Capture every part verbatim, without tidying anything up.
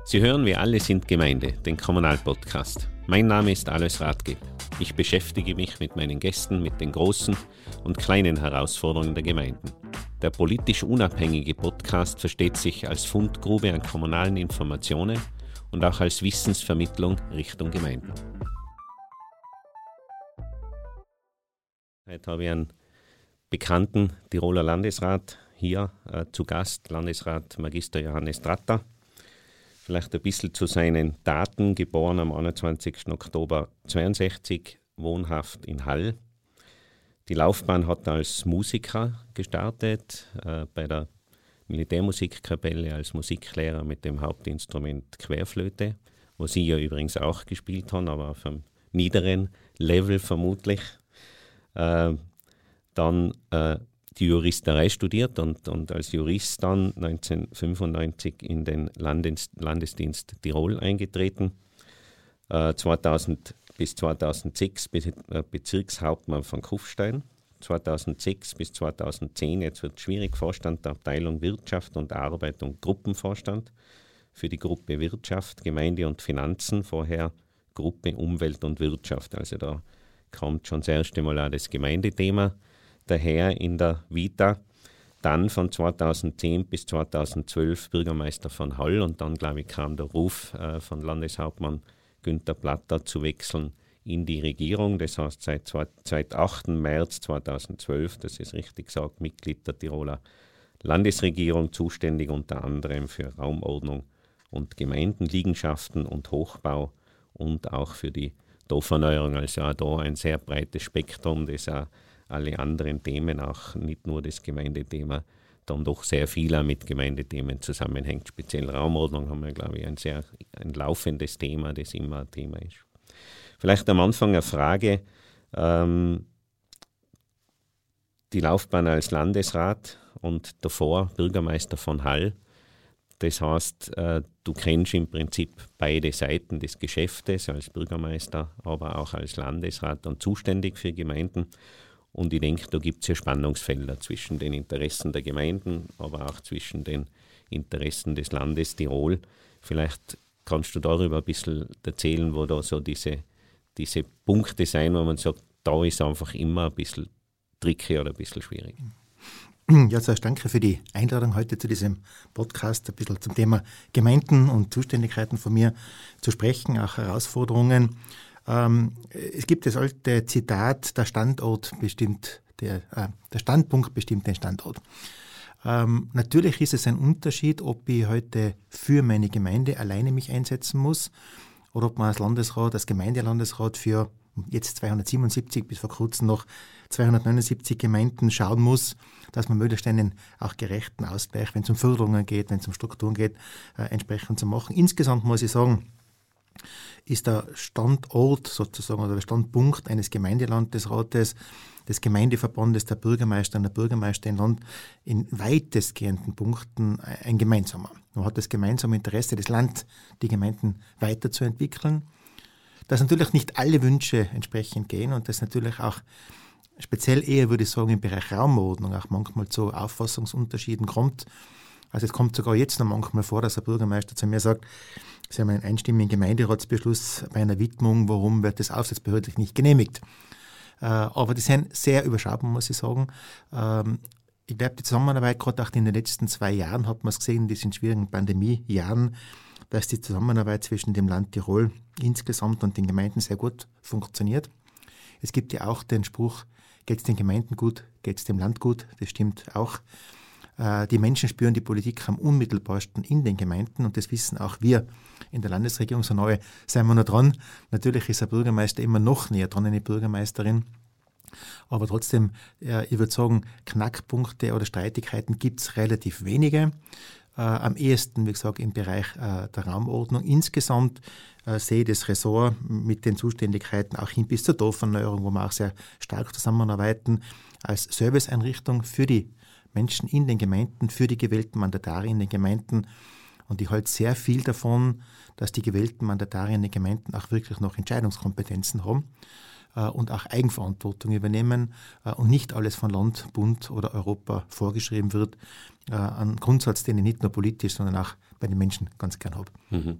Sie hören Wir alle sind Gemeinde, den Kommunalpodcast. Mein Name ist Alois Rathgeb. Ich beschäftige mich mit meinen Gästen mit den großen und kleinen Herausforderungen der Gemeinden. Der politisch unabhängige Podcast versteht sich als Fundgrube an kommunalen Informationen und auch als Wissensvermittlung Richtung Gemeinden. Heute habe ich einen bekannten Tiroler Landesrat hier äh, zu Gast, Landesrat Magister Johannes Tratter. Vielleicht ein bisschen zu seinen Daten, geboren am einundzwanzigsten Oktober zweiundsechzig, wohnhaft in Hall. Die Laufbahn hat er als Musiker gestartet, äh, bei der Militärmusikkapelle als Musiklehrer mit dem Hauptinstrument Querflöte, wo Sie ja übrigens auch gespielt haben, aber auf einem niederen Level vermutlich. Äh, dann äh, die Juristerei studiert und, und als Jurist dann neunzehnhundertfünfundneunzig in den Landes, Landesdienst Tirol eingetreten. Äh, zweitausend bis zweitausendsechs Be äh, Bezirkshauptmann von Kufstein. zweitausendsechs bis zweitausendzehn, jetzt wird es schwierig, Vorstand der Abteilung Wirtschaft und Arbeit und Gruppenvorstand für die Gruppe Wirtschaft, Gemeinde und Finanzen, vorher Gruppe Umwelt und Wirtschaft. Also da kommt schon das erste Mal auch das Gemeindethema daher in der Vita. Dann von zweitausendzehn bis zweitausendzwölf Bürgermeister von Hall und dann, glaube ich, kam der Ruf äh, von Landeshauptmann Günther Platter zu wechseln in die Regierung. Das heißt, seit, seit achten März zweitausendzwölf, das ist richtig gesagt, Mitglied der Tiroler Landesregierung, zuständig unter anderem für Raumordnung und Gemeindenliegenschaften und Hochbau und auch für die Dorferneuerung. Also auch da ein sehr breites Spektrum, das auch alle anderen Themen, auch nicht nur das Gemeindethema, dann doch sehr viel auch mit Gemeindethemen zusammenhängt. Speziell Raumordnung haben wir, glaube ich, ein sehr ein laufendes Thema, das immer ein Thema ist. Vielleicht am Anfang eine Frage. Ähm, die Laufbahn als Landesrat und davor Bürgermeister von Hall. Das heißt, äh, du kennst im Prinzip beide Seiten des Geschäftes, als Bürgermeister, aber auch als Landesrat und zuständig für Gemeinden. Und ich denke, da gibt es ja Spannungsfelder zwischen den Interessen der Gemeinden, aber auch zwischen den Interessen des Landes Tirol. Vielleicht kannst du darüber ein bisschen erzählen, wo da so diese, diese Punkte sein, wo man sagt, da ist einfach immer ein bisschen tricky oder ein bisschen schwierig. Ja, zuerst danke für die Einladung heute zu diesem Podcast, ein bisschen zum Thema Gemeinden und Zuständigkeiten von mir zu sprechen, auch Herausforderungen. Ähm, es gibt das alte Zitat, der Standort bestimmt, der, äh, der Standpunkt bestimmt den Standort. Ähm, natürlich ist es ein Unterschied, ob ich heute für meine Gemeinde alleine mich einsetzen muss oder ob man als Landesrat, als Gemeindelandesrat für jetzt zweihundertsiebenundsiebzig, bis vor kurzem noch zweihundertneunundsiebzig Gemeinden schauen muss, dass man möglichst einen auch gerechten Ausgleich, wenn es um Förderungen geht, wenn es um Strukturen geht, äh, entsprechend zu machen. Insgesamt muss ich sagen, ist der Standort sozusagen oder der Standpunkt eines Gemeindelandesrates, des Gemeindeverbandes, der Bürgermeister und der Bürgermeister im Land in weitestgehenden Punkten ein gemeinsamer. Man hat das gemeinsame Interesse, das Land, die Gemeinden weiterzuentwickeln. Dass natürlich nicht alle Wünsche entsprechend gehen und dass natürlich auch speziell eher, würde ich sagen, im Bereich Raumordnung auch manchmal zu Auffassungsunterschieden kommt. Also es kommt sogar jetzt noch manchmal vor, dass der Bürgermeister zu mir sagt, Sie haben einen einstimmigen Gemeinderatsbeschluss bei einer Widmung, warum wird das aufsichtsbehördlich nicht genehmigt? Äh, aber die sind sehr überschaubar, muss ich sagen. Ähm, ich glaube, die Zusammenarbeit, gerade auch in den letzten zwei Jahren, hat man es gesehen, in diesen schwierigen Pandemiejahren, dass die Zusammenarbeit zwischen dem Land Tirol insgesamt und den Gemeinden sehr gut funktioniert. Es gibt ja auch den Spruch, geht es den Gemeinden gut, geht es dem Land gut, das stimmt auch. Die Menschen spüren die Politik am unmittelbarsten in den Gemeinden und das wissen auch wir in der Landesregierung. So neu sind wir noch dran. Natürlich ist ein Bürgermeister immer noch näher dran, eine Bürgermeisterin. Aber trotzdem, ich würde sagen, Knackpunkte oder Streitigkeiten gibt es relativ wenige. Am ehesten, wie gesagt, im Bereich der Raumordnung. Insgesamt sehe ich das Ressort mit den Zuständigkeiten auch hin bis zur Dorferneuerung, wo wir auch sehr stark zusammenarbeiten, als Serviceeinrichtung für die Menschen in den Gemeinden, für die gewählten Mandatare in den Gemeinden. Und ich halte sehr viel davon, dass die gewählten Mandatare in den Gemeinden auch wirklich noch Entscheidungskompetenzen haben äh, und auch Eigenverantwortung übernehmen äh, und nicht alles von Land, Bund oder Europa vorgeschrieben wird. Äh, ein Grundsatz, den ich nicht nur politisch, sondern auch bei den Menschen ganz gern habe. Mhm.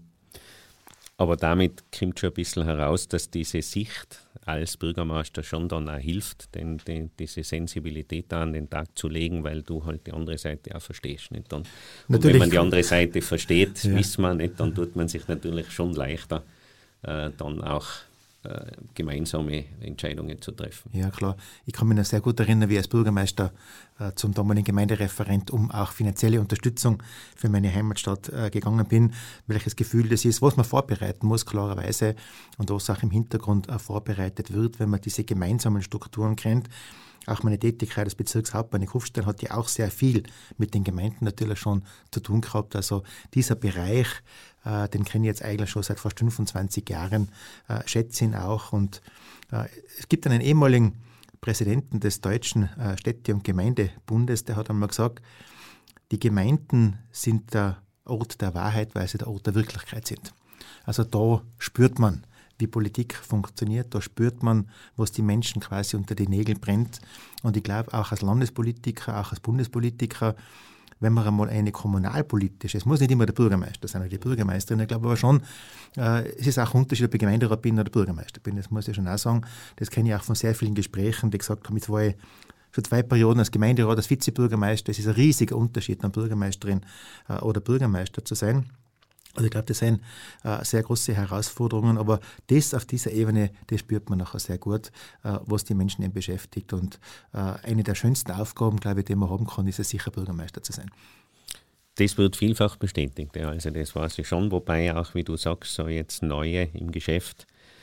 Aber damit kommt schon ein bisschen heraus, dass diese Sicht als Bürgermeister schon dann auch hilft, denn die, diese Sensibilität an den Tag zu legen, weil du halt die andere Seite auch verstehst. Nicht? Und, und wenn man die andere Seite versteht, ja. wissen wir nicht, dann tut man sich natürlich schon leichter, äh, dann auch äh, gemeinsame Entscheidungen zu treffen. Ja, klar. Ich kann mich noch sehr gut erinnern, wie ich als Bürgermeister äh, zum damaligen Gemeindereferent um auch finanzielle Unterstützung für meine Heimatstadt äh, gegangen bin. Welches Gefühl das ist, was man vorbereiten muss, klarerweise, und was auch im Hintergrund äh, vorbereitet wird, wenn man diese gemeinsamen Strukturen kennt. Auch meine Tätigkeit als Bezirkshauptmann in Kufstein hat ja auch sehr viel mit den Gemeinden natürlich schon zu tun gehabt. Also dieser Bereich, äh, den kenne ich jetzt eigentlich schon seit fast fünfundzwanzig Jahren, äh, schätze ihn auch. Und äh, es gibt einen ehemaligen Präsidenten des Deutschen äh, Städte- und Gemeindebundes, der hat einmal gesagt, die Gemeinden sind der Ort der Wahrheit, weil sie der Ort der Wirklichkeit sind. Also da spürt man, wie Politik funktioniert. Da spürt man, was die Menschen quasi unter die Nägel brennt. Und ich glaube, auch als Landespolitiker, auch als Bundespolitiker, wenn man einmal eine kommunalpolitische, es muss nicht immer der Bürgermeister sein oder die Bürgermeisterin, ich glaube aber schon, äh, es ist auch ein Unterschied, ob ich Gemeinderat bin oder Bürgermeister bin. Das muss ich schon auch sagen. Das kenne ich auch von sehr vielen Gesprächen, die gesagt haben, jetzt war ich schon zwei Perioden als Gemeinderat, als Vizebürgermeister. Es ist ein riesiger Unterschied, dann Bürgermeisterin äh, oder Bürgermeister zu sein. Also ich glaube, das sind äh, sehr große Herausforderungen, aber das auf dieser Ebene, das spürt man nachher sehr gut, äh, was die Menschen eben beschäftigt. Und äh, eine der schönsten Aufgaben, glaube ich, die man haben kann, ist es sicher, Bürgermeister zu sein. Das wird vielfach bestätigt, ja. Also das weiß ich schon, wobei auch, wie du sagst, so jetzt Neue im Geschäft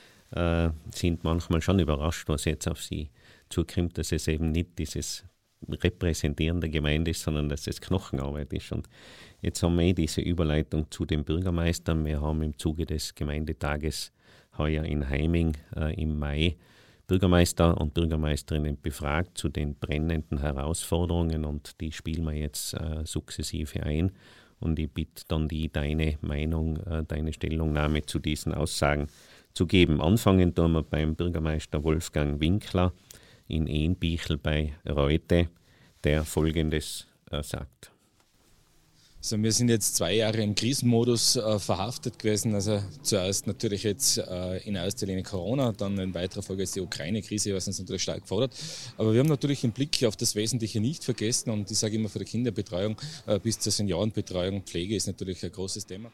äh, sind manchmal schon überrascht, was jetzt auf sie zukommt, dass es eben nicht dieses Repräsentieren der Gemeinde ist, sondern dass es Knochenarbeit ist. Und jetzt haben wir diese Überleitung zu den Bürgermeistern. Wir haben im Zuge des Gemeindetages heuer in Heiming äh, im Mai Bürgermeister und Bürgermeisterinnen befragt zu den brennenden Herausforderungen und die spielen wir jetzt äh, sukzessive ein. Und ich bitte dann die, deine Meinung, äh, deine Stellungnahme zu diesen Aussagen zu geben. Anfangen tun wir beim Bürgermeister Wolfgang Winkler in Ehnbichel bei Reute, der Folgendes äh, sagt. Also wir sind jetzt zwei Jahre im Krisenmodus äh, verhaftet gewesen. Also zuerst natürlich jetzt äh, in erster Linie Corona, dann in weiterer Folge ist die Ukraine-Krise, was uns natürlich stark gefordert. Aber wir haben natürlich den Blick auf das Wesentliche nicht vergessen und ich sage immer, von der Kinderbetreuung äh, bis zur Seniorenbetreuung, Pflege ist natürlich ein großes Thema.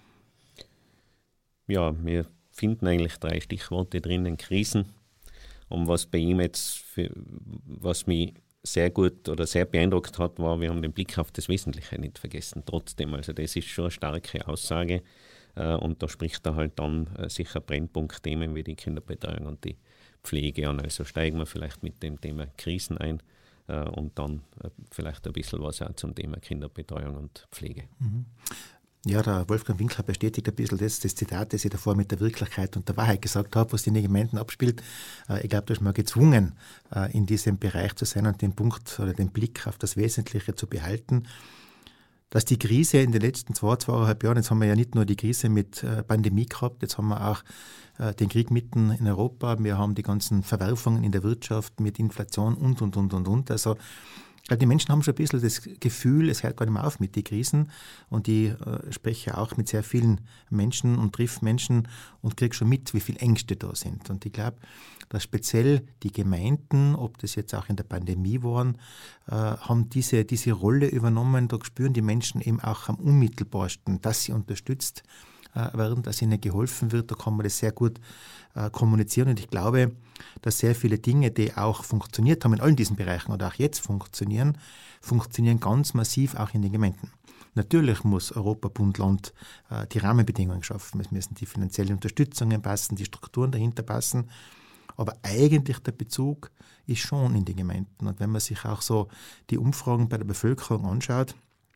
Ja, wir finden eigentlich drei Stichworte drinnen, Krisen. Und was bei ihm jetzt, für, was mich sehr gut oder sehr beeindruckt hat, war, wir haben den Blick auf das Wesentliche nicht vergessen, trotzdem. Also das ist schon eine starke Aussage äh, und da spricht er halt dann äh, sicher Brennpunktthemen wie die Kinderbetreuung und die Pflege an. Also steigen wir vielleicht mit dem Thema Krisen ein äh, und dann äh, vielleicht ein bisschen was auch zum Thema Kinderbetreuung und Pflege. Mhm. Ja, der Wolfgang Winkler bestätigt ein bisschen das, das Zitat, das ich davor mit der Wirklichkeit und der Wahrheit gesagt habe, was in den Gemeinden abspielt. Ich glaube, da ist man gezwungen, in diesem Bereich zu sein und den Punkt oder den Blick auf das Wesentliche zu behalten. Dass die Krise in den letzten zwei, zweieinhalb Jahren, jetzt haben wir ja nicht nur die Krise mit Pandemie gehabt, jetzt haben wir auch den Krieg mitten in Europa, wir haben die ganzen Verwerfungen in der Wirtschaft mit Inflation und, und, und, und, und. Also die Menschen haben schon ein bisschen das Gefühl, es hört gar nicht mehr auf mit den Krisen. Und ich äh, spreche auch mit sehr vielen Menschen und triff Menschen und kriege schon mit, wie viele Ängste da sind. Und ich glaube, dass speziell die Gemeinden, ob das jetzt auch in der Pandemie waren, äh, haben diese, diese Rolle übernommen. Da spüren die Menschen eben auch am unmittelbarsten, dass sie unterstützt äh, werden, dass ihnen geholfen wird. Da kann man das sehr gut äh, kommunizieren. Und ich glaube, dass sehr viele Dinge, die auch funktioniert haben in allen diesen Bereichen oder auch jetzt funktionieren, funktionieren ganz massiv auch in den Gemeinden. Natürlich muss Europa, Bund, Land äh, die Rahmenbedingungen schaffen. Es müssen die finanziellen Unterstützungen passen, die Strukturen dahinter passen. Aber eigentlich der Bezug ist schon in den Gemeinden. Und wenn man sich auch so die Umfragen bei der Bevölkerung anschaut,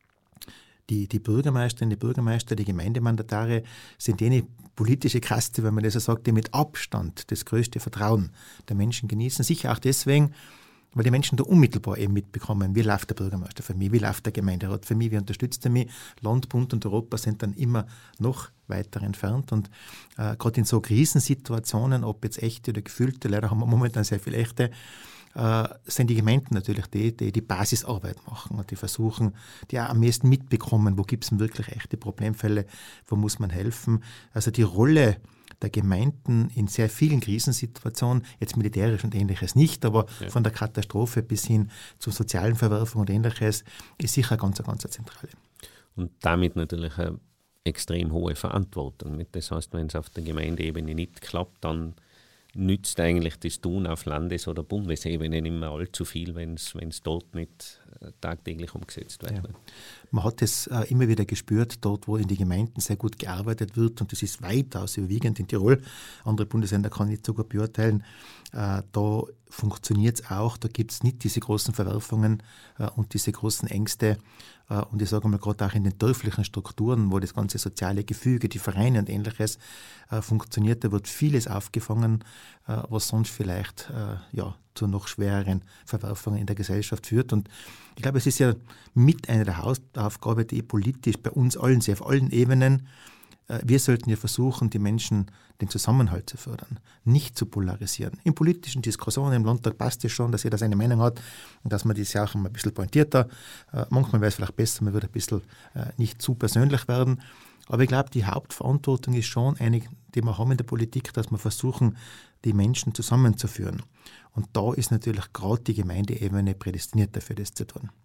Die, die Bürgermeisterinnen, die Bürgermeister, die Gemeindemandatare sind jene politische Kaste, wenn man das so sagt, die mit Abstand das größte Vertrauen der Menschen genießen. Sicher auch deswegen, weil die Menschen da unmittelbar eben mitbekommen, wie läuft der Bürgermeister für mich, wie läuft der Gemeinderat für mich, wie unterstützt er mich. Land, Bund und Europa sind dann immer noch weiter entfernt. Und äh, gerade in so Krisensituationen, ob jetzt echte oder gefühlte, leider haben wir momentan sehr viele echte, äh, sind die Gemeinden natürlich die, die die Basisarbeit machen und die versuchen, die auch am meisten mitbekommen, wo gibt es denn wirklich echte Problemfälle, wo muss man helfen. Also die Rolle der Gemeinden in sehr vielen Krisensituationen, jetzt militärisch und Ähnliches nicht, aber ja. von der Katastrophe bis hin zur sozialen Verwerfung und Ähnliches, ist sicher ganz, ganz eine zentrale. Und damit natürlich eine extrem hohe Verantwortung. Das heißt, wenn es auf der Gemeindeebene nicht klappt, dann nützt eigentlich das Tun auf Landes- oder Bundesebene nicht mehr allzu viel, wenn es dort nicht tagtäglich umgesetzt wird. Ja. Man hat es äh, immer wieder gespürt, dort wo in den Gemeinden sehr gut gearbeitet wird, und das ist weitaus überwiegend in Tirol, andere Bundesländer kann ich nicht so gut beurteilen, äh, da funktioniert es auch, da gibt es nicht diese großen Verwerfungen äh, und diese großen Ängste. Äh, und ich sage mal, gerade auch in den dörflichen Strukturen, wo das ganze soziale Gefüge, die Vereine und Ähnliches äh, funktioniert, da wird vieles aufgefangen, äh, was sonst vielleicht äh, ja, zu noch schwereren Verwerfungen in der Gesellschaft führt. Und ich glaube, es ist ja mit einer der Hauptaufgaben, die politisch bei uns allen, sehr auf allen Ebenen, äh, wir sollten ja versuchen, die Menschen den Zusammenhalt zu fördern, nicht zu polarisieren. In politischen Diskussionen im Landtag passt es schon, dass jeder seine Meinung hat und dass man die Sachen ein bisschen pointierter, äh, manchmal wäre es vielleicht besser, man würde ein bisschen äh, nicht zu persönlich werden. Aber ich glaube, die Hauptverantwortung ist schon eine, die wir haben in der Politik, dass wir versuchen, die Menschen zusammenzuführen. Und da ist natürlich gerade die Gemeindeebene prädestiniert dafür, das zu tun.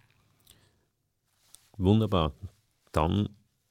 Wunderbar. Dann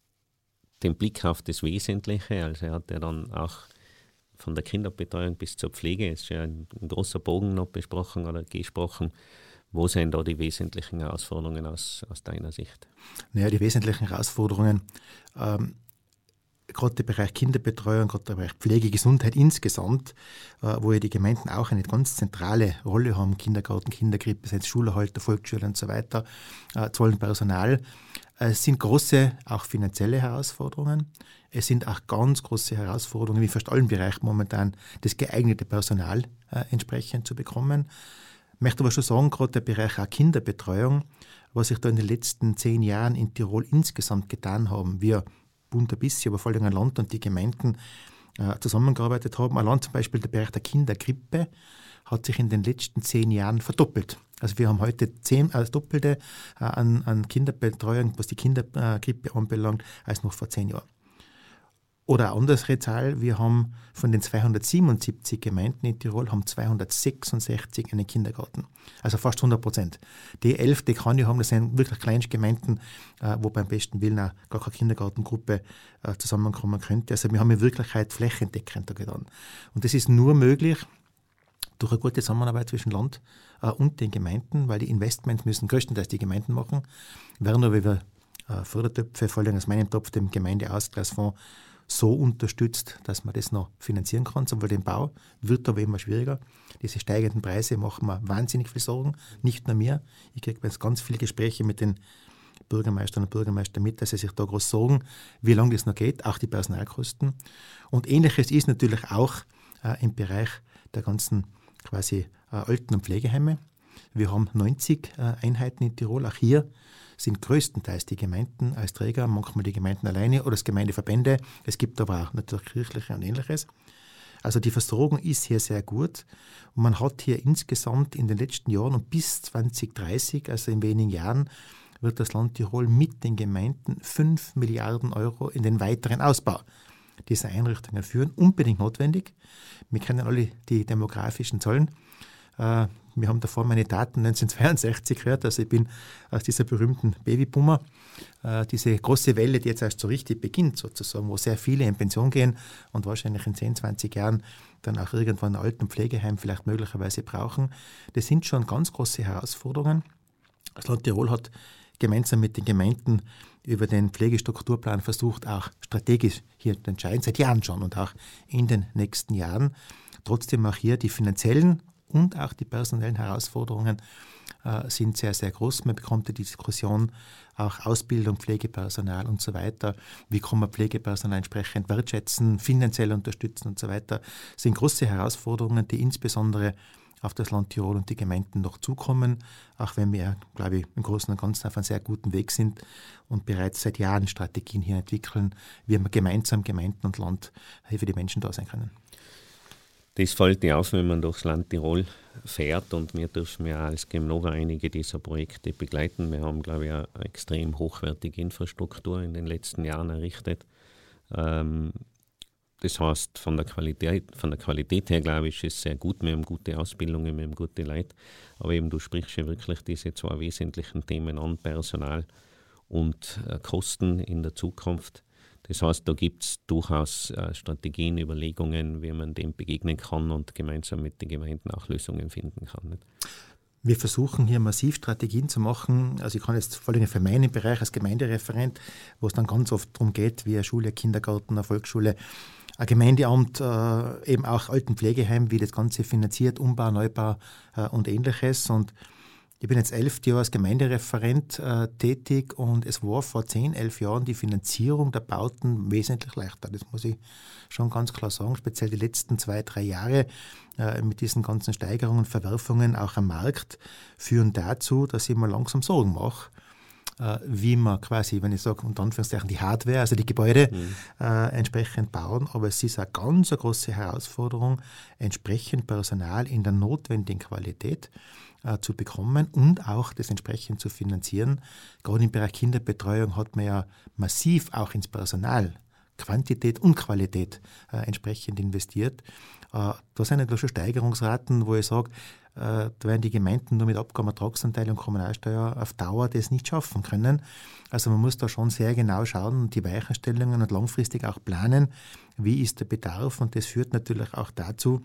den Blick auf das Wesentliche. Also er hat ja dann auch von der Kinderbetreuung bis zur Pflege, ist ja ein, ein großer Bogen noch besprochen oder gesprochen. Wo sind da die wesentlichen Herausforderungen aus, aus deiner Sicht? Naja, die wesentlichen Herausforderungen, ähm, gerade der Bereich Kinderbetreuung, gerade der Bereich Pflege, Gesundheit insgesamt, äh, wo ja die Gemeinden auch eine ganz zentrale Rolle haben, Kindergarten, Kinderkrippe, sei es Schulerhalter, Volksschule und so weiter, äh, zahlen Personal. Es äh, sind große, auch finanzielle Herausforderungen. Es sind auch ganz große Herausforderungen, wie fast allen Bereichen momentan, das geeignete Personal äh, entsprechend zu bekommen. Ich möchte aber schon sagen, gerade der Bereich auch Kinderbetreuung, was sich da in den letzten zehn Jahren in Tirol insgesamt getan haben, wir Bund ein bisschen, aber vor allem ein Land und die Gemeinden äh, zusammengearbeitet haben. Allein zum Beispiel der Bereich der Kinderkrippe hat sich in den letzten zehn Jahren verdoppelt. Also wir haben heute zehn, äh, das Doppelte äh, an, an Kinderbetreuung, was die Kinderkrippe anbelangt, als noch vor zehn Jahren. Oder eine andere Zahl, wir haben von den zweihundertsiebenundsiebzig Gemeinden in Tirol haben zweihundertsechsundsechzig einen Kindergarten. Also fast hundert Prozent. Die elf, die kann ich haben, das sind wirklich Kleinstgemeinden, äh, wo beim besten Willen auch gar keine Kindergartengruppe äh, zusammenkommen könnte. Also wir haben in Wirklichkeit flächendeckend da getan. Und das ist nur möglich durch eine gute Zusammenarbeit zwischen Land äh, und den Gemeinden, weil die Investments müssen größtenteils die Gemeinden machen. Werden aber über äh, Fördertöpfe, vor allem aus meinem Topf, dem Gemeindeausgleichsfonds, so unterstützt, dass man das noch finanzieren kann. Sowohl den Bau wird aber immer schwieriger. Diese steigenden Preise machen mir wahnsinnig viel Sorgen, nicht nur mir. Ich kriege jetzt ganz viele Gespräche mit den Bürgermeistern und Bürgermeistern mit, dass sie sich da groß sorgen, wie lange das noch geht, auch die Personalkosten. Und Ähnliches ist natürlich auch äh, im Bereich der ganzen quasi äh, Alten- und Pflegeheime. Wir haben neunzig äh, Einheiten in Tirol. Auch hier sind größtenteils die Gemeinden als Träger, manchmal die Gemeinden alleine oder das Gemeindeverbände. Es gibt aber auch natürlich kirchliche und Ähnliches. Also die Versorgung ist hier sehr gut. Und man hat hier insgesamt in den letzten Jahren und bis zwanzig dreißig, also in wenigen Jahren, wird das Land Tirol mit den Gemeinden fünf Milliarden Euro in den weiteren Ausbau dieser Einrichtungen führen. Unbedingt notwendig. Wir kennen alle die demografischen Zahlen. Wir haben davor meine Daten neunzehnhundertzweiundsechzig gehört, also ich bin aus dieser berühmten Babyboomer. Diese große Welle, die jetzt erst so richtig beginnt sozusagen, wo sehr viele in Pension gehen und wahrscheinlich in zehn, zwanzig Jahren dann auch irgendwann ein Alten- und Pflegeheim vielleicht möglicherweise brauchen. Das sind schon ganz große Herausforderungen. Das Land Tirol hat gemeinsam mit den Gemeinden über den Pflegestrukturplan versucht, auch strategisch hier zu entscheiden, seit Jahren schon und auch in den nächsten Jahren. Trotzdem auch hier die finanziellen und auch die personellen Herausforderungen äh, sind sehr, sehr groß. Man bekommt ja die Diskussion auch Ausbildung, Pflegepersonal und so weiter. Wie kann man Pflegepersonal entsprechend wertschätzen, finanziell unterstützen und so weiter. Das sind große Herausforderungen, die insbesondere auf das Land Tirol und die Gemeinden noch zukommen, auch wenn wir, glaube ich, im Großen und Ganzen auf einem sehr guten Weg sind und bereits seit Jahren Strategien hier entwickeln, wie wir gemeinsam, Gemeinden und Land, für die Menschen da sein können. Das fällt dir auf, wenn man durchs Land Tirol fährt, und wir dürfen ja als Gemnova einige dieser Projekte begleiten. Wir haben, glaube ich, eine extrem hochwertige Infrastruktur in den letzten Jahren errichtet. Ähm, das heißt, von der Qualität, von der Qualität her, glaube ich, ist es sehr gut. Wir haben gute Ausbildungen, wir haben gute Leute. Aber eben, du sprichst ja wirklich diese zwei wesentlichen Themen an, Personal und äh, Kosten in der Zukunft. Das heißt, da gibt es durchaus äh, Strategien, Überlegungen, wie man dem begegnen kann und gemeinsam mit den Gemeinden auch Lösungen finden kann. Nicht? Wir versuchen hier massiv Strategien zu machen. Also ich kann jetzt vor allem für meinen Bereich als Gemeindereferent, wo es dann ganz oft darum geht, wie eine Schule, Kindergarten, eine Volksschule, ein Gemeindeamt, äh, eben auch Altenpflegeheim, wie das Ganze finanziert, Umbau, Neubau äh, und Ähnliches. Und ich bin jetzt elf Jahre als Gemeindereferent äh, tätig, und es war vor zehn, elf Jahren die Finanzierung der Bauten wesentlich leichter. Das muss ich schon ganz klar sagen. Speziell die letzten zwei, drei Jahre äh, mit diesen ganzen Steigerungen und Verwerfungen auch am Markt führen dazu, dass ich mir langsam Sorgen mache, äh, wie man quasi, wenn ich sage, unter Anführungszeichen die Hardware, also die Gebäude mhm. äh, entsprechend bauen. Aber es ist eine ganz eine große Herausforderung, entsprechend Personal in der notwendigen Qualität zu bekommen und auch das entsprechend zu finanzieren. Gerade im Bereich Kinderbetreuung hat man ja massiv auch ins Personal, Quantität und Qualität äh, entsprechend investiert. Äh, da sind natürlich schon Steigerungsraten, wo ich sage, äh, da werden die Gemeinden nur mit Abgaben, Ertragsanteil und Kommunalsteuer auf Dauer das nicht schaffen können. Also man muss da schon sehr genau schauen und die Weichenstellungen und langfristig auch planen, wie ist der Bedarf, und das führt natürlich auch dazu,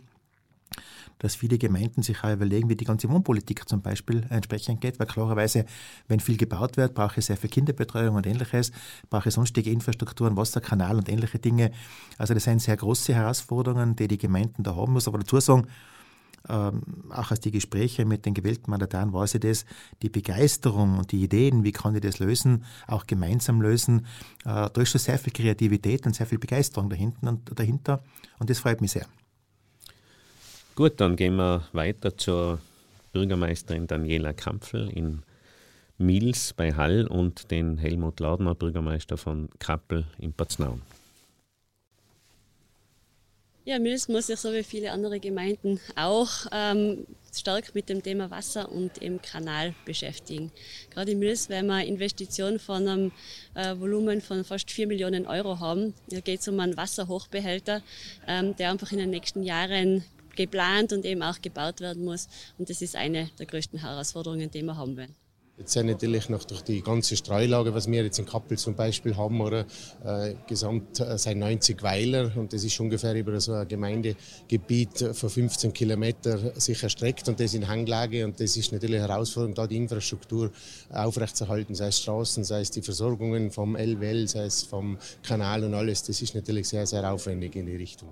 dass viele Gemeinden sich auch überlegen, wie die ganze Wohnpolitik zum Beispiel entsprechend geht, weil klarerweise, wenn viel gebaut wird, brauche ich sehr viel Kinderbetreuung und Ähnliches, brauche ich sonstige Infrastrukturen, Wasserkanal und ähnliche Dinge. Also das sind sehr große Herausforderungen, die die Gemeinden da haben. Ich muss aber dazu sagen, ähm, auch aus den Gesprächen mit den gewählten Mandataten weiß ich das, die Begeisterung und die Ideen, wie kann ich das lösen, auch gemeinsam lösen, äh, da ist schon sehr viel Kreativität und sehr viel Begeisterung dahinter und, dahinter und das freut mich sehr. Gut, dann gehen wir weiter zur Bürgermeisterin Daniela Kampfl in Mils bei Hall und den Helmut Ladner, Bürgermeister von Kappel in Paznaun. Ja, Mils muss sich so wie viele andere Gemeinden auch ähm, stark mit dem Thema Wasser und im Kanal beschäftigen. Gerade in Mils, wenn wir Investitionen von einem äh, Volumen von fast vier Millionen Euro haben, da geht es um einen Wasserhochbehälter, ähm, der einfach in den nächsten Jahren geplant und eben auch gebaut werden muss. Und das ist eine der größten Herausforderungen, die wir haben werden. Jetzt sind natürlich noch durch die ganze Streulage, was wir jetzt in Kappel zum Beispiel haben, oder äh, gesamt äh, sind neunzig Weiler, und das ist ungefähr über so ein Gemeindegebiet von fünfzehn Kilometer sich erstreckt, und das in Hanglage, und das ist natürlich eine Herausforderung, da die Infrastruktur aufrechtzuerhalten, sei es Straßen, sei es die Versorgungen vom L W L, sei es vom Kanal und alles, das ist natürlich sehr, sehr aufwendig in die Richtung.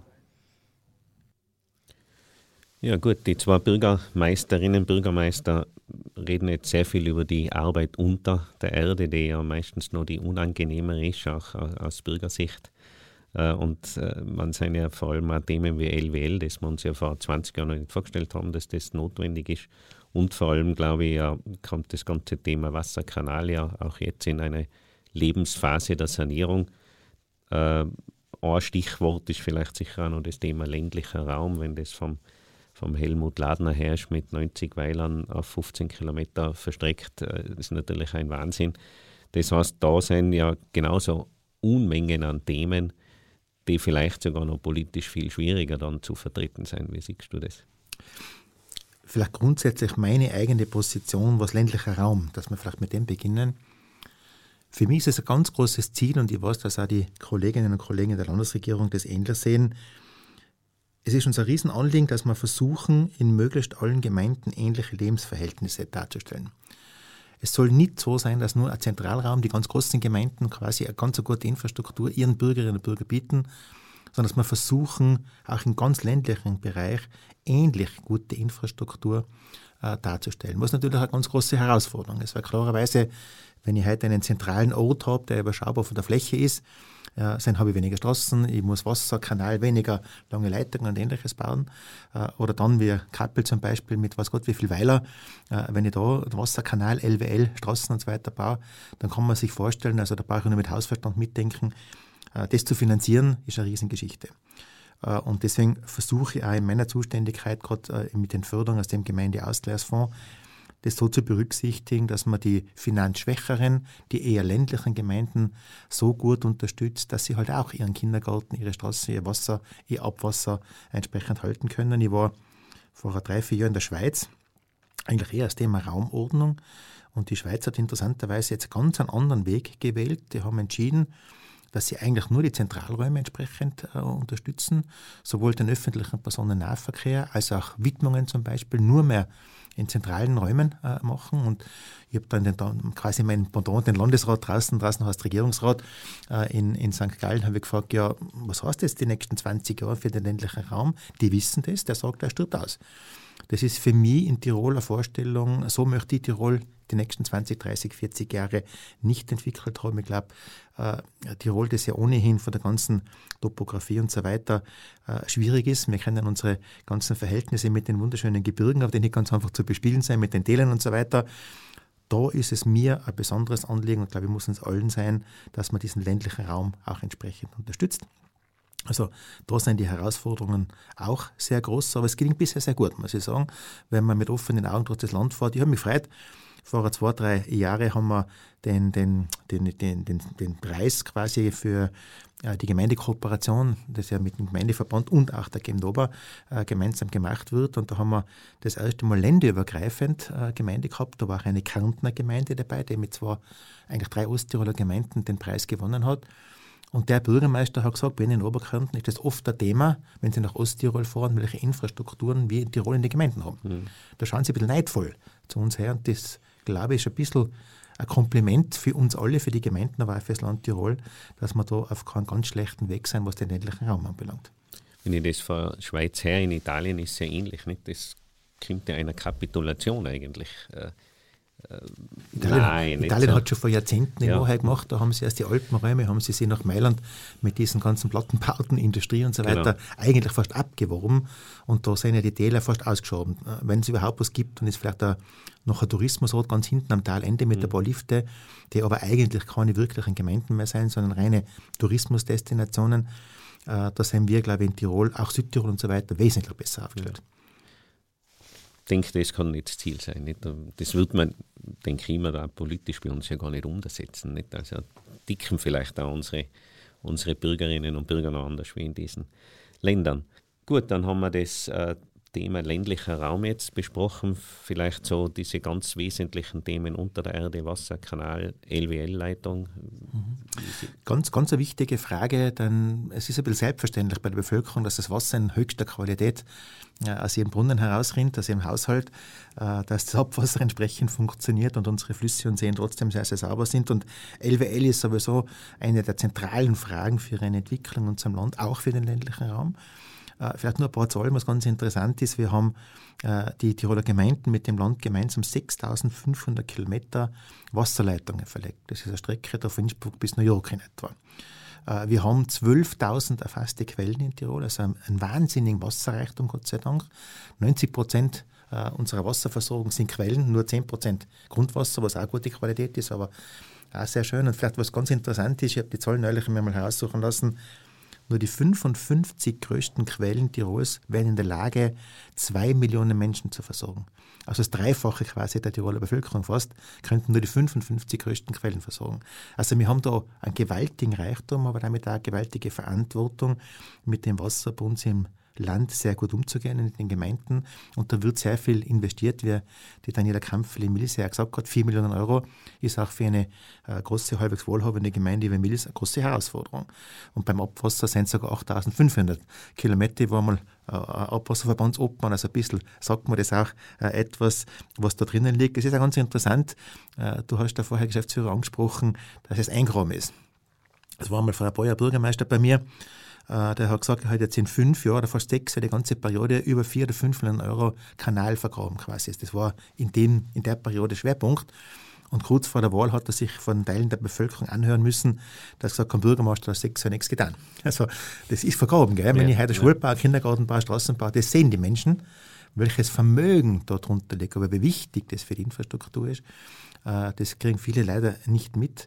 Ja gut, die zwei Bürgermeisterinnen und Bürgermeister reden jetzt sehr viel über die Arbeit unter der Erde, die ja meistens noch die unangenehmere ist, auch aus Bürgersicht. Und man sind ja vor allem auch Themen wie L W L, das wir uns ja vor zwanzig Jahren noch nicht vorgestellt haben, dass das notwendig ist. Und vor allem, glaube ich, ja, kommt das ganze Thema Wasserkanal ja auch jetzt in eine Lebensphase der Sanierung. Ein Stichwort ist vielleicht sicher auch noch das Thema ländlicher Raum, wenn das vom vom Helmut Ladner herrscht mit neunzig Weilern auf fünfzehn Kilometer verstreckt, das ist natürlich ein Wahnsinn. Das heißt, da sind ja genauso Unmengen an Themen, die vielleicht sogar noch politisch viel schwieriger dann zu vertreten sind. Wie siehst du das? Vielleicht grundsätzlich meine eigene Position, was ländlicher Raum, dass wir vielleicht mit dem beginnen. Für mich ist es ein ganz großes Ziel, und ich weiß, dass auch die Kolleginnen und Kollegen der Landesregierung das ähnlich sehen. Es ist uns ein Riesenanliegen, dass wir versuchen, in möglichst allen Gemeinden ähnliche Lebensverhältnisse darzustellen. Es soll nicht so sein, dass nur ein Zentralraum, die ganz großen Gemeinden quasi eine ganz gute Infrastruktur ihren Bürgerinnen und Bürgern bieten, sondern dass wir versuchen, auch im ganz ländlichen Bereich ähnlich gute Infrastruktur äh, darzustellen. Was natürlich eine ganz große Herausforderung ist, weil klarerweise, wenn ich heute einen zentralen Ort habe, der überschaubar von der Fläche ist, ja, dann habe ich weniger Straßen, ich muss Wasser, Kanal, weniger lange Leitungen und Ähnliches bauen. Äh, oder dann wie Kappel zum Beispiel mit was Gott wie viel Weiler. Äh, wenn ich da Wasser, Kanal, L W L, Straßen und so weiter baue, dann kann man sich vorstellen, also da brauche ich nur mit Hausverstand mitdenken, äh, das zu finanzieren ist eine Riesengeschichte. Und deswegen versuche ich auch in meiner Zuständigkeit, gerade mit den Förderungen aus dem Gemeindeausgleichsfonds, das so zu berücksichtigen, dass man die finanzschwächeren, die eher ländlichen Gemeinden so gut unterstützt, dass sie halt auch ihren Kindergarten, ihre Straße, ihr Wasser, ihr Abwasser entsprechend halten können. Ich war vor drei, vier Jahren in der Schweiz, eigentlich eher das Thema Raumordnung. Und die Schweiz hat interessanterweise jetzt ganz einen anderen Weg gewählt. Die haben entschieden, dass sie eigentlich nur die Zentralräume entsprechend äh, unterstützen, sowohl den öffentlichen Personennahverkehr als auch Widmungen zum Beispiel nur mehr in zentralen Räumen äh, machen. Und ich habe dann den, quasi meinen Pendant, den Landesrat draußen, draußen heißt Regierungsrat, äh, in, in Sankt Gallen, habe ich gefragt, ja, was heißt das die nächsten zwanzig Jahre für den ländlichen Raum? Die wissen das, der sagt, er stirbt aus. Das ist für mich in Tirol eine Vorstellung, so möchte ich Tirol die nächsten zwanzig, dreißig, vierzig Jahre nicht entwickelt haben. Ich glaube, äh, Tirol, das ja ohnehin von der ganzen Topografie und so weiter äh, schwierig ist. Wir kennen unsere ganzen Verhältnisse mit den wunderschönen Gebirgen, auf denen nicht ganz einfach zu bespielen sein, mit den Tälern und so weiter. Da ist es mir ein besonderes Anliegen und glaube ich, muss uns allen sein, dass man diesen ländlichen Raum auch entsprechend unterstützt. Also da sind die Herausforderungen auch sehr groß, aber es gelingt bisher sehr gut, muss ich sagen, wenn man mit offenen Augen durch das Land fährt. Ich habe mich gefreut, vor zwei, drei Jahren haben wir den, den, den, den, den, den Preis quasi für äh, die Gemeindekooperation, das ja mit dem Gemeindeverband und auch der Gemdoba äh, gemeinsam gemacht wird. Und da haben wir das erste Mal länderübergreifend äh, Gemeinde gehabt. Da war auch eine Kärntner Gemeinde dabei, die mit zwei, eigentlich drei Osttiroler Gemeinden den Preis gewonnen hat. Und der Bürgermeister hat gesagt, bei Ihnen in Oberkärnten ist das oft ein Thema, wenn Sie nach Osttirol fahren, welche Infrastrukturen wir in Tirol in den Gemeinden haben. Mhm. Da schauen Sie ein bisschen neidvoll zu uns her. Und das, glaube ich, ist ein bisschen ein Kompliment für uns alle, für die Gemeinden, aber auch für das Land Tirol, dass wir da auf keinen ganz schlechten Weg sind, was den ländlichen Raum anbelangt. Wenn ich das von Schweiz her, in Italien ist es ja ähnlich. Nicht? Das kommt ja einer Kapitulation eigentlich. Äh, Italien, Nein, Italien so. hat schon vor Jahrzehnten ja. in Wahrheit gemacht, da haben sie erst die Alpenräume, haben sie sich nach Mailand mit diesen ganzen Plattenbauten, Industrie und so weiter genau. eigentlich fast abgeworben und da sind ja die Täler fast ausgeschoben. Wenn es überhaupt was gibt, dann ist vielleicht ein, noch ein Tourismusort ganz hinten am Talende mit mhm. ein paar Lifte, die aber eigentlich keine wirklichen Gemeinden mehr sein, sondern reine Tourismusdestinationen. Äh, da sind wir, glaube ich, in Tirol, auch Südtirol und so weiter, wesentlich besser aufgestellt. Ja. Ich denke, das kann nicht das Ziel sein. Nicht? Das wird man, denke ich, immer da politisch bei uns ja gar nicht umsetzen. Nicht? Also dicken vielleicht auch unsere, unsere Bürgerinnen und Bürger noch anders wie in diesen Ländern. Gut, dann haben wir das äh, Thema ländlicher Raum jetzt besprochen. Vielleicht so diese ganz wesentlichen Themen unter der Erde, Wasser, Kanal, L W L-Leitung. Mhm. Ganz, ganz eine wichtige Frage, denn es ist ein bisschen selbstverständlich bei der Bevölkerung, dass das Wasser in höchster Qualität äh, aus ihrem Brunnen herausrinnt, aus ihrem Haushalt, äh, dass das Abwasser entsprechend funktioniert und unsere Flüsse und Seen trotzdem sehr, sehr sauber sind. Und L W L ist sowieso eine der zentralen Fragen für eine Entwicklung in unserem Land, auch für den ländlichen Raum. Äh, vielleicht nur ein paar Zahlen, was ganz interessant ist. Wir haben äh, die Tiroler Gemeinden mit dem Land gemeinsam sechstausendfünfhundert Kilometer Wasserleitungen verlegt. Das ist eine Strecke da von Innsbruck bis New York in etwa. Äh, wir haben zwölftausend erfasste Quellen in Tirol, also einen, einen wahnsinnigen Wasserreichtum, Gott sei Dank. neunzig Prozent äh, unserer Wasserversorgung sind Quellen, nur zehn Prozent Grundwasser, was auch gute Qualität ist, aber auch sehr schön. Und vielleicht was ganz interessant ist, ich habe die Zahlen neulich mir mal heraussuchen lassen, nur die fünfundfünfzig größten Quellen Tirols wären in der Lage, zwei Millionen Menschen zu versorgen. Also das Dreifache quasi der Tiroler Bevölkerung fast, könnten nur die fünfundfünfzig größten Quellen versorgen. Also wir haben da einen gewaltigen Reichtum, aber damit auch eine gewaltige Verantwortung, mit dem Wasser bei uns im Land sehr gut umzugehen in den Gemeinden. Und da wird sehr viel investiert, wie die Daniela Kampfli-Mills ja gesagt hat. vier Millionen Euro ist auch für eine äh, große, halbwegs wohlhabende Gemeinde wie Mills eine große Herausforderung. Und beim Abwasser sind es sogar achttausendfünfhundert Kilometer, wo einmal äh, Abwasserverbandsobmann, also ein bisschen sagt man das auch äh, etwas, was da drinnen liegt. Das ist auch ganz interessant. Äh, du hast da vorher Geschäftsführer angesprochen, dass es eingraben ist. Das war einmal vor ein paar Jahren Bürgermeister bei mir. Der hat gesagt, er hat jetzt in fünf Jahren oder fast sechs Jahren die ganze Periode über vier oder fünf Millionen Euro Kanal vergraben quasi. Das war in, dem, in der Periode Schwerpunkt. Und kurz vor der Wahl hat er sich von Teilen der Bevölkerung anhören müssen, dass er gesagt hat, Bürgermeister hat sechs Jahre nichts getan. Also das ist vergraben. Gell? Wenn ja, ich heute ja. Schulbau, Kindergartenbau, Straßenbau, das sehen die Menschen, welches Vermögen da drunter liegt, aber wie wichtig das für die Infrastruktur ist. Das kriegen viele leider nicht mit.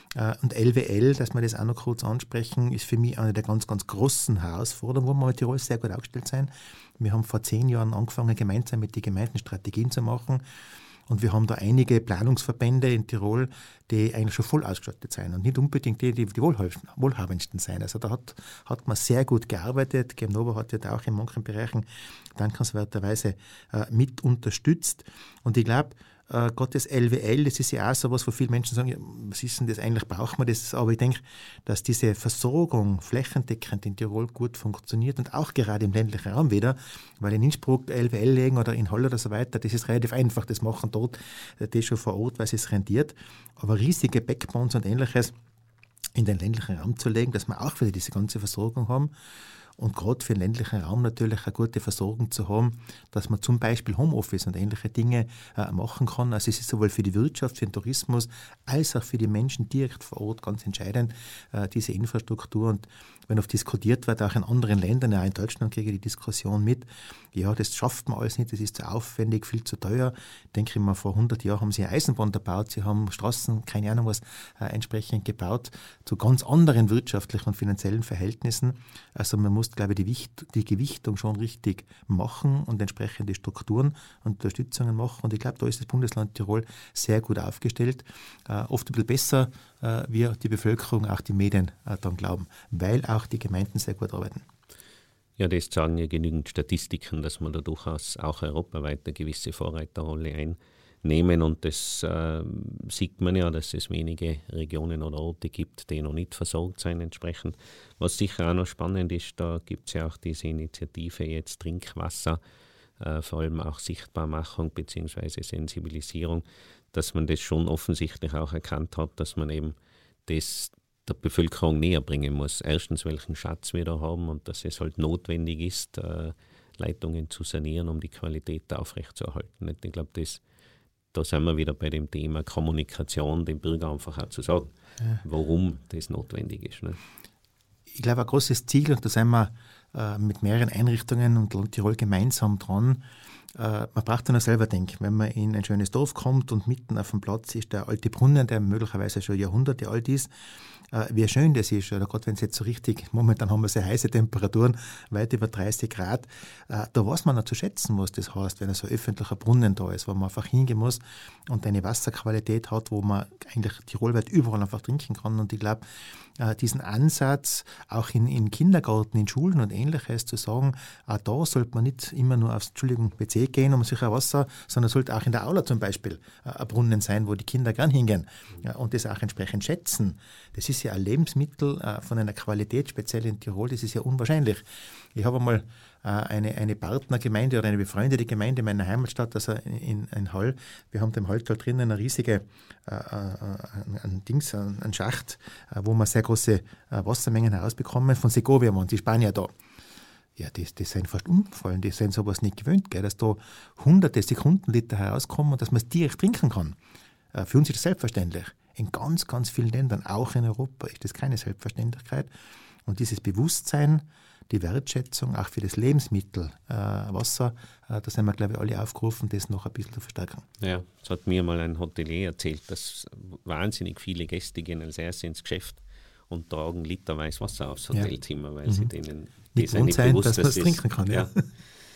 Und L W L, dass wir das auch noch kurz ansprechen, ist für mich eine der ganz, ganz großen Herausforderungen, wo wir mit Tirol sehr gut aufgestellt sind. Wir haben vor zehn Jahren angefangen, gemeinsam mit den Gemeinden Strategien zu machen. Und wir haben da einige Planungsverbände in Tirol, die eigentlich schon voll ausgestattet sind und nicht unbedingt die, die die wohlhabendsten sind. Also da hat, hat man sehr gut gearbeitet. GEMNOVA hat ja da auch in manchen Bereichen dankenswerterweise äh, mit unterstützt. Und ich glaube, äh, Gott, das L W L, das ist ja auch so was, wo viele Menschen sagen, ja, was ist denn das eigentlich, braucht man das? Aber ich denke, dass diese Versorgung flächendeckend in Tirol gut funktioniert und auch gerade im ländlichen Raum wieder, weil in Innsbruck L W L legen oder in Halle oder so weiter, das ist relativ einfach, das machen dort, das schon vor Ort, weil es es rendiert. Aber riesige Backbones und Ähnliches in den ländlichen Raum zu legen, dass wir auch wieder diese ganze Versorgung haben. Und gerade für den ländlichen Raum natürlich eine gute Versorgung zu haben, dass man zum Beispiel Homeoffice und ähnliche Dinge äh, machen kann. Also es ist sowohl für die Wirtschaft, für den Tourismus, als auch für die Menschen direkt vor Ort ganz entscheidend, äh, diese Infrastruktur. Und wenn oft diskutiert wird, auch in anderen Ländern, ja in Deutschland kriege ich die Diskussion mit, ja, das schafft man alles nicht, das ist zu aufwendig, viel zu teuer. Denke ich mal, vor hundert Jahren haben sie eine Eisenbahn gebaut, sie haben Straßen, keine Ahnung was, äh, entsprechend gebaut, zu ganz anderen wirtschaftlichen und finanziellen Verhältnissen. Also man muss, glaube ich, die, Wicht, die Gewichtung schon richtig machen und entsprechende Strukturen und Unterstützungen machen. Und ich glaube, da ist das Bundesland Tirol sehr gut aufgestellt. Äh, oft ein bisschen besser, äh, wie die Bevölkerung, auch die Medien äh, dann glauben, weil auch die Gemeinden sehr gut arbeiten. Ja, das zeigen ja genügend Statistiken, dass man da durchaus auch europaweit eine gewisse Vorreiterrolle einnehmen. Und das äh, sieht man ja, dass es wenige Regionen oder Orte gibt, die noch nicht versorgt sind entsprechend. Was sicher auch noch spannend ist, da gibt es ja auch diese Initiative jetzt Trinkwasser, äh, vor allem auch Sichtbarmachung bzw. Sensibilisierung, dass man das schon offensichtlich auch erkannt hat, dass man eben das der Bevölkerung näher bringen muss. Erstens, welchen Schatz wir da haben und dass es halt notwendig ist, äh, Leitungen zu sanieren, um die Qualität aufrechtzuerhalten. Ich glaube, das, da sind wir wieder bei dem Thema Kommunikation, dem Bürger einfach auch zu sagen, ja, warum das notwendig ist. Ne? Ich glaube, ein großes Ziel, und da sind wir äh, mit mehreren Einrichtungen und Land Tirol gemeinsam dran, äh, man braucht ja nur selber denken, wenn man in ein schönes Dorf kommt und mitten auf dem Platz ist der alte Brunnen, der möglicherweise schon Jahrhunderte alt ist, äh, wie schön das ist, oder gerade wenn es jetzt so richtig, momentan haben wir sehr heiße Temperaturen, weit über dreißig Grad, äh, da weiß man noch zu schätzen, was das heißt, wenn so ein öffentlicher Brunnen da ist, wo man einfach hingehen muss und eine Wasserqualität hat, wo man eigentlich tirolweit überall einfach trinken kann. Und ich glaube, äh, diesen Ansatz auch in, in Kindergarten, in Schulen und Ähnliches zu sagen, auch da sollte man nicht immer nur aufs, Entschuldigung, W C gehen um sicher Wasser, sondern sollte auch in der Aula zum Beispiel äh, ein Brunnen sein, wo die Kinder gern hingehen ja, und das auch entsprechend schätzen. Das ist ja ein Lebensmittel äh, von einer Qualität, speziell in Tirol, das ist ja unwahrscheinlich. Ich habe einmal äh, eine, eine Partnergemeinde oder eine befreundete Gemeinde in meiner Heimatstadt, also in, in Hall. Wir haben im Halltal drinnen eine riesige äh, ein, ein Dings, ein, ein Schacht, äh, wo wir sehr große äh, Wassermengen herausbekommen. Von Segovia waren die Spanier da. Ja, die, die sind fast umgefallen, die sind sowas nicht gewöhnt, gell, dass da hunderte Sekundenliter herauskommen und dass man es direkt trinken kann. Äh, für uns ist das selbstverständlich. In ganz, ganz vielen Ländern, auch in Europa, ist das keine Selbstverständlichkeit. Und dieses Bewusstsein, die Wertschätzung auch für das Lebensmittel äh, Wasser, äh, da sind wir, glaube ich, alle aufgerufen, das noch ein bisschen zu verstärken. Ja, das hat mir mal ein Hotelier erzählt, dass wahnsinnig viele Gäste gehen als erstes ins Geschäft und tragen literweise Wasser aufs Hotelzimmer, ja, weil mhm. sie denen nicht gewohnt sein, bewusst, dass man es trinken kann. Ja. Ja.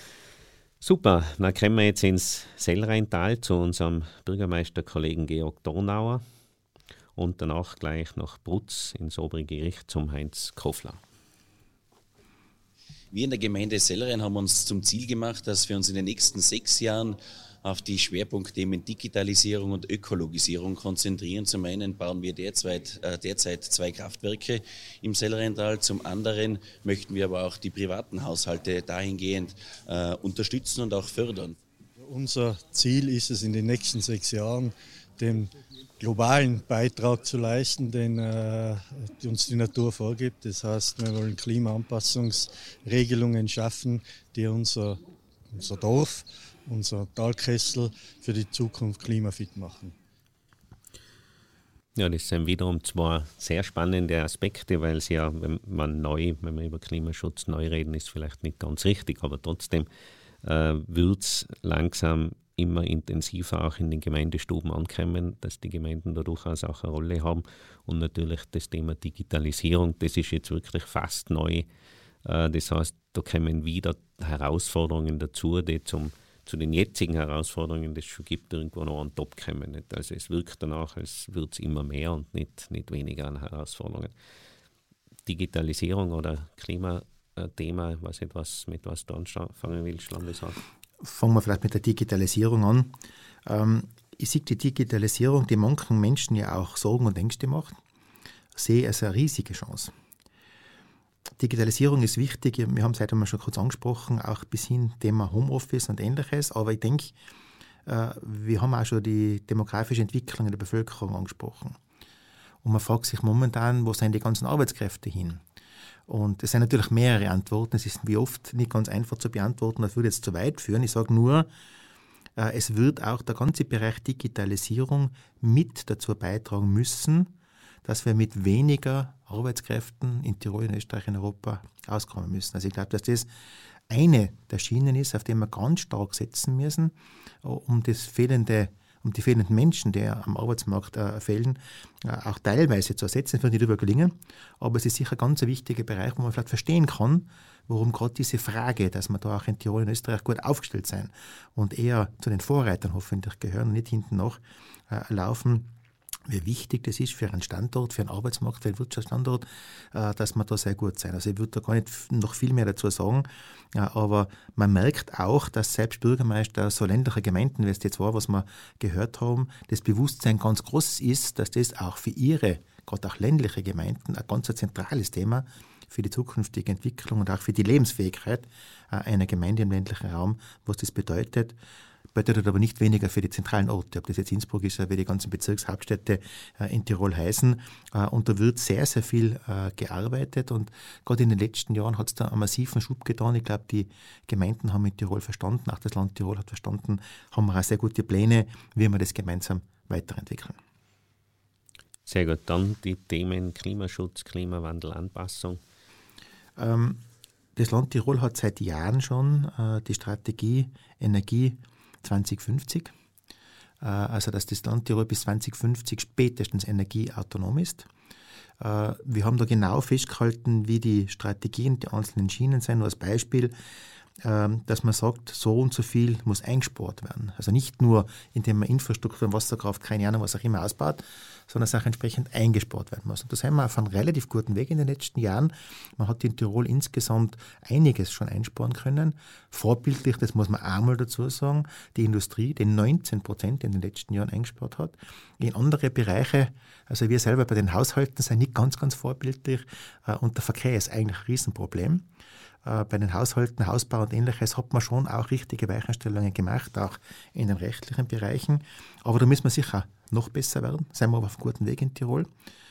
Super, dann kommen wir jetzt ins Sellrheintal zu unserem Bürgermeisterkollegen Georg Dornauer und danach gleich nach Brutz ins Obergericht zum Heinz Kofler. Wir in der Gemeinde Sellrhein haben uns zum Ziel gemacht, dass wir uns in den nächsten sechs Jahren auf die Schwerpunktthemen Digitalisierung und Ökologisierung konzentrieren. Zum einen bauen wir derzeit, äh, derzeit zwei Kraftwerke im Sellrheintal, zum anderen möchten wir aber auch die privaten Haushalte dahingehend äh, unterstützen und auch fördern. Unser Ziel ist es, in den nächsten sechs Jahren den globalen Beitrag zu leisten, den äh, uns die Natur vorgibt. Das heißt, wir wollen Klimaanpassungsregelungen schaffen, die unser, unser Dorf, unser Talkessel für die Zukunft klimafit machen. Ja, das sind wiederum zwei sehr spannende Aspekte, weil es ja, wenn man neu, wenn wir über Klimaschutz neu reden, ist vielleicht nicht ganz richtig, aber trotzdem äh, wird es langsam immer intensiver auch in den Gemeindestuben ankommen, dass die Gemeinden da durchaus auch eine Rolle haben. Und natürlich das Thema Digitalisierung, das ist jetzt wirklich fast neu. Das heißt, da kommen wieder Herausforderungen dazu, die zum, zu den jetzigen Herausforderungen, die es schon gibt, irgendwo noch an top kommen. Also es wirkt danach, als würde es immer mehr und nicht, nicht weniger an Herausforderungen. Digitalisierung oder Klimathema, was etwas, mit was du anfangen willst, Landesrat? Fangen wir vielleicht mit der Digitalisierung an. Ähm, ich sehe die Digitalisierung, die manchen Menschen ja auch Sorgen und Ängste macht, sehe als eine riesige Chance. Digitalisierung ist wichtig, wir haben es heute mal schon kurz angesprochen, auch bis hin Thema Homeoffice und Ähnliches, aber ich denke, äh, wir haben auch schon die demografische Entwicklung in der Bevölkerung angesprochen. Und man fragt sich momentan, wo sind die ganzen Arbeitskräfte hin? Und es sind natürlich mehrere Antworten, es ist wie oft nicht ganz einfach zu beantworten, das würde jetzt zu weit führen. Ich sage nur, äh, es wird auch der ganze Bereich Digitalisierung mit dazu beitragen müssen, dass wir mit weniger Arbeitskräften in Tirol, in Österreich, in Europa auskommen müssen. Also ich glaube, dass das eine der Schienen ist, auf die wir ganz stark setzen müssen, um das fehlende, um die fehlenden Menschen, die am Arbeitsmarkt äh, fehlen, äh, auch teilweise zu ersetzen. Das wird nicht überall gelingen, aber es ist sicher ein ganz wichtiger Bereich, wo man vielleicht verstehen kann, warum gerade diese Frage, dass wir da auch in Tirol und Österreich gut aufgestellt sein und eher zu den Vorreitern hoffentlich gehören und nicht hinten noch äh, laufen, wie wichtig das ist für einen Standort, für einen Arbeitsmarkt, für einen Wirtschaftsstandort, äh, dass wir da sehr gut sein. Also ich würde da gar nicht noch viel mehr dazu sagen, äh, aber man merkt auch, dass selbst Bürgermeister so ländlicher Gemeinden, wie es jetzt war, was wir gehört haben, das Bewusstsein ganz groß ist, dass das auch für ihre, gerade auch ländliche Gemeinden, ein ganz zentrales Thema für die zukünftige Entwicklung und auch für die Lebensfähigkeit äh, einer Gemeinde im ländlichen Raum, was das bedeutet. Bedeutet aber nicht weniger für die zentralen Orte, ob das jetzt Innsbruck ist oder wie die ganzen Bezirkshauptstädte äh, in Tirol heißen. Äh, und da wird sehr, sehr viel äh, gearbeitet und gerade in den letzten Jahren hat es da einen massiven Schub getan. Ich glaube, die Gemeinden haben in Tirol verstanden, auch das Land Tirol hat verstanden, haben wir auch sehr gute Pläne, wie wir das gemeinsam weiterentwickeln. Sehr gut, dann die Themen Klimaschutz, Klimawandel, Anpassung. Ähm, das Land Tirol hat seit Jahren schon äh, die Strategie Energie zwanzig fünfzig, äh, also dass das Land Tirol bis zwanzig fünfzig spätestens energieautonom ist. Äh, wir haben da genau festgehalten, wie die Strategien, die einzelnen Schienen sind. Nur als Beispiel, äh, dass man sagt, so und so viel muss eingespart werden. Also nicht nur, indem man Infrastruktur, Wasserkraft, keine Ahnung, was auch immer ausbaut, sondern es auch entsprechend eingespart werden muss. Und da sind wir auf einem relativ guten Weg in den letzten Jahren. Man hat in Tirol insgesamt einiges schon einsparen können. Vorbildlich, das muss man einmal dazu sagen, die Industrie, die neunzehn Prozent in den letzten Jahren eingespart hat. In andere Bereiche, also wir selber bei den Haushalten sind nicht ganz, ganz vorbildlich und der Verkehr ist eigentlich ein Riesenproblem. Bei den Haushalten, Hausbau und Ähnliches hat man schon auch richtige Weichenstellungen gemacht, auch in den rechtlichen Bereichen. Aber da müssen wir sicher noch besser werden, sind wir aber auf einem guten Weg in Tirol.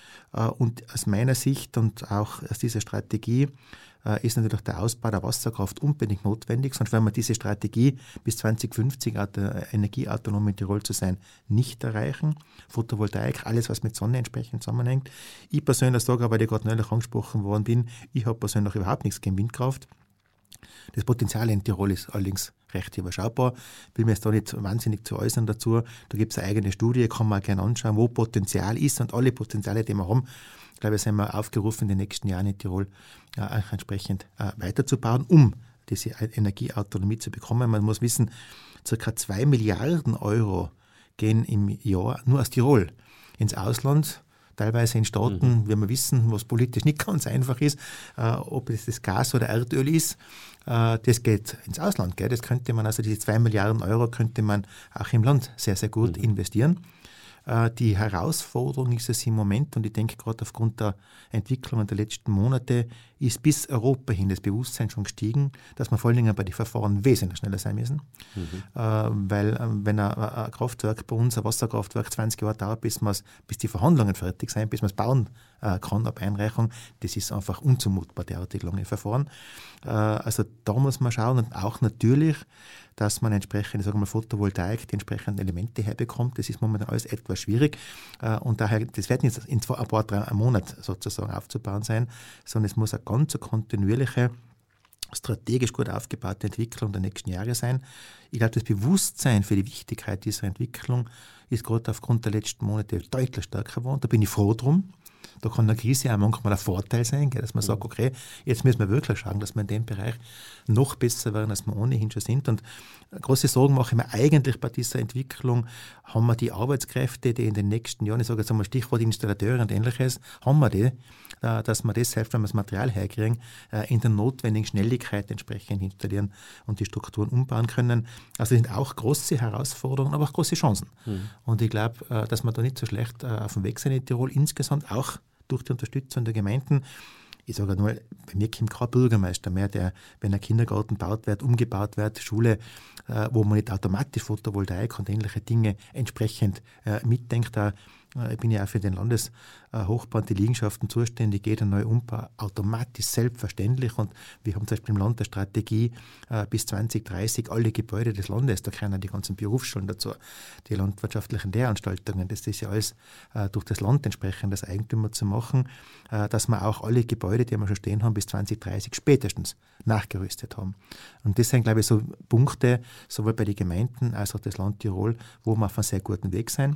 Und aus meiner Sicht und auch aus dieser Strategie ist natürlich der Ausbau der Wasserkraft unbedingt notwendig, sonst werden wir diese Strategie bis zwanzig fünfzig energieautonom in Tirol zu sein, nicht erreichen. Photovoltaik, alles was mit Sonne entsprechend zusammenhängt. Ich persönlich sage aber, weil ich gerade neulich angesprochen worden bin, ich habe persönlich überhaupt nichts gegen Windkraft. Das Potenzial in Tirol ist allerdings recht überschaubar. Ich will mir jetzt da nicht wahnsinnig zu äußern dazu. Da gibt es eine eigene Studie, kann man gerne anschauen, wo Potenzial ist und alle Potenziale, die wir haben, ich glaube, sind wir aufgerufen, in den nächsten Jahren in Tirol äh, entsprechend äh, weiterzubauen, um diese Energieautonomie zu bekommen. Man muss wissen, ca. zwei Milliarden Euro gehen im Jahr nur aus Tirol ins Ausland, teilweise in Staaten, mhm. wie wir wissen, was politisch nicht ganz einfach ist, äh, ob es das Gas oder Erdöl ist, äh, das geht ins Ausland. Gell? Das könnte man, also diese zwei Milliarden Euro könnte man auch im Land sehr, sehr gut mhm. investieren. Die Herausforderung ist es im Moment, und ich denke gerade aufgrund der Entwicklungen der letzten Monate, ist bis Europa hin das Bewusstsein schon gestiegen, dass wir vor allen Dingen bei den Verfahren wesentlich schneller sein müssen. Mhm. Äh, weil äh, wenn ein, ein Kraftwerk bei uns, ein Wasserkraftwerk, zwanzig Jahre dauert, bis, bis die Verhandlungen fertig sind, bis man es bauen äh, kann ab Einreichung, das ist einfach unzumutbar, derartig lange Verfahren. Äh, also da muss man schauen und auch natürlich, dass man entsprechend, sagen wir mal, Photovoltaik, die entsprechenden Elemente herbekommt. Das ist momentan alles etwas schwierig. Und daher, das wird nicht in ein paar, drei Monaten sozusagen aufzubauen sein, sondern es muss eine ganz kontinuierliche strategisch gut aufgebaute Entwicklung der nächsten Jahre sein. Ich glaube, das Bewusstsein für die Wichtigkeit dieser Entwicklung ist gerade aufgrund der letzten Monate deutlich stärker geworden. Da bin ich froh drum. Da kann eine Krise auch manchmal ein Vorteil sein, gell, dass man sagt, okay, jetzt müssen wir wirklich schauen, dass wir in dem Bereich noch besser werden, als wir ohnehin schon sind. Und große Sorgen mache ich mir eigentlich bei dieser Entwicklung. Haben wir die Arbeitskräfte, die in den nächsten Jahren, ich sage jetzt einmal Stichwort Installateure und Ähnliches, haben wir die, dass wir das, selbst wenn wir das Material herkriegen, in der notwendigen Schnelligkeit entsprechend installieren und die Strukturen umbauen können. Also das sind auch große Herausforderungen, aber auch große Chancen. Mhm. Und ich glaube, dass wir da nicht so schlecht auf dem Weg sind in Tirol, insgesamt auch durch die Unterstützung der Gemeinden. Ich sage nur, bei mir kommt kein Bürgermeister mehr, der, wenn ein Kindergarten gebaut wird, umgebaut wird, Schule, äh, wo man nicht automatisch Photovoltaik und ähnliche Dinge entsprechend äh, mitdenkt. Da, äh, ich bin ja auch für den Landeshochbau und die Liegenschaften zuständig, jeder neue Umbau automatisch selbstverständlich. Und wir haben zum Beispiel im Land der Strategie äh, bis zwanzig dreißig alle Gebäude des Landes, da gehören die ganzen Berufsschulen dazu, die landwirtschaftlichen Lehranstaltungen, das ist ja alles äh, durch das Land entsprechend das Eigentümer zu machen, äh, dass wir auch alle Gebäude, die wir schon stehen haben, bis zwanzig dreißig spätestens nachgerüstet haben. Und das sind, glaube ich, so Punkte, sowohl bei den Gemeinden als auch das Land Tirol, wo wir auf einem sehr guten Weg sind.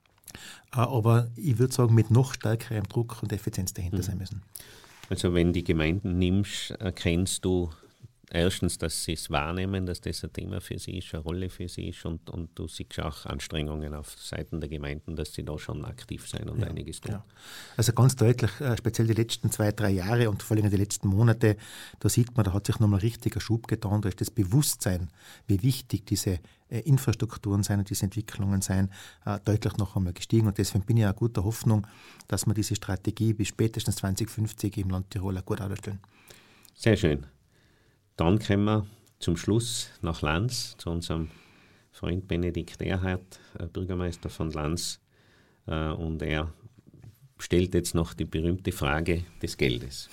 Aber ich würde sagen, mit noch stärkerem Druck und Effizienz dahinter sein müssen. Also wenn die Gemeinden nimmst, erkennst du erstens, dass sie es wahrnehmen, dass das ein Thema für sie ist, eine Rolle für sie ist und, und du siehst auch Anstrengungen auf Seiten der Gemeinden, dass sie da schon aktiv sein und ja, einiges tun. Ja. Also ganz deutlich, speziell die letzten zwei, drei Jahre und vor allem die letzten Monate, da sieht man, da hat sich nochmal richtiger Schub getan, da ist das Bewusstsein, wie wichtig diese Infrastrukturen sein und diese Entwicklungen sein, deutlich noch einmal gestiegen und deswegen bin ich auch guter Hoffnung, dass wir diese Strategie bis spätestens zwanzig fünfzig im Land Tirol auch gut aufstellen. Sehr schön. Dann kommen wir zum Schluss nach Lanz, zu unserem Freund Benedikt Erhard, Bürgermeister von Lanz. Und er stellt jetzt noch die berühmte Frage des Geldes.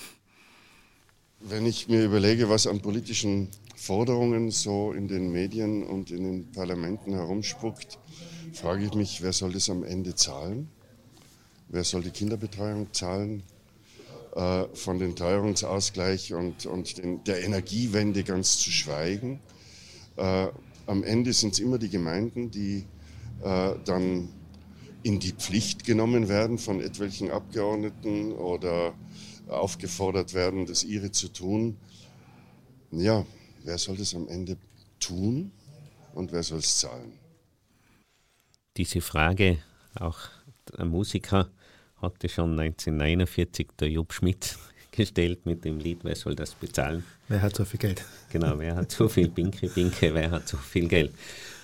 Wenn ich mir überlege, was an politischen Forderungen so in den Medien und in den Parlamenten herumspuckt, frage ich mich, wer soll das am Ende zahlen? Wer soll die Kinderbetreuung zahlen? Von dem Teuerungsausgleich und, und den, der Energiewende ganz zu schweigen. Äh, am Ende sind es immer die Gemeinden, die äh, dann in die Pflicht genommen werden von etwelchen Abgeordneten oder aufgefordert werden, das ihre zu tun. Ja, wer soll das am Ende tun und wer soll es zahlen? Diese Frage, auch ein Musiker, hatte schon neunzehnhundertneunundvierzig der Job Schmidt gestellt mit dem Lied, wer soll das bezahlen? Wer hat so viel Geld? Genau, wer hat so viel Binke, Binke, wer hat so viel Geld?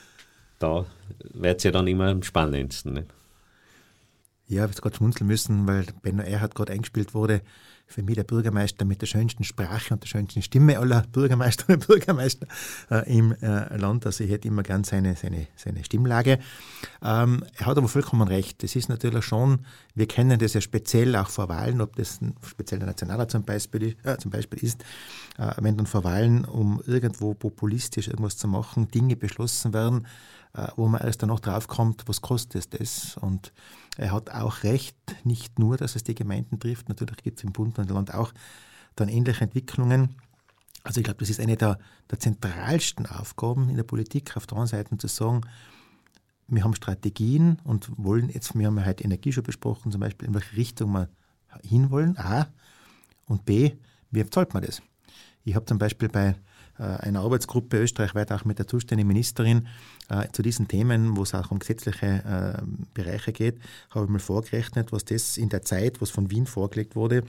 Da wird es ja dann immer am spannendsten. Nicht? Ja, ich habe jetzt gerade schmunzeln müssen, weil Benno Erhard gerade eingespielt wurde. Für mich der Bürgermeister mit der schönsten Sprache und der schönsten Stimme aller Bürgermeisterinnen und Bürgermeister äh, im äh, Land. Also ich hätte immer gern seine, seine, seine Stimmlage. Ähm, er hat aber vollkommen recht. Das ist natürlich schon, wir kennen das ja speziell auch vor Wahlen, ob das ein, speziell der Nationalrat zum Beispiel, äh, zum Beispiel ist, äh, wenn dann vor Wahlen, um irgendwo populistisch irgendwas zu machen, Dinge beschlossen werden, äh, wo man erst danach draufkommt, was kostet das? Und er hat auch recht, nicht nur, dass es die Gemeinden trifft, natürlich gibt es im Bund und im Land auch dann ähnliche Entwicklungen. Also ich glaube, das ist eine der, der zentralsten Aufgaben in der Politik, auf der einen Seite zu sagen, wir haben Strategien und wollen jetzt, wir haben ja heute Energie schon besprochen, zum Beispiel, in welche Richtung wir hinwollen, A, und B, wie zahlt man das? Ich habe zum Beispiel bei einer Arbeitsgruppe österreichweit auch mit der zuständigen Ministerin äh, zu diesen Themen, wo es auch um gesetzliche äh, Bereiche geht, habe ich mal vorgerechnet, was das in der Zeit, was von Wien vorgelegt wurde,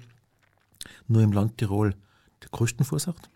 nur im Land Tirol die Kosten verursacht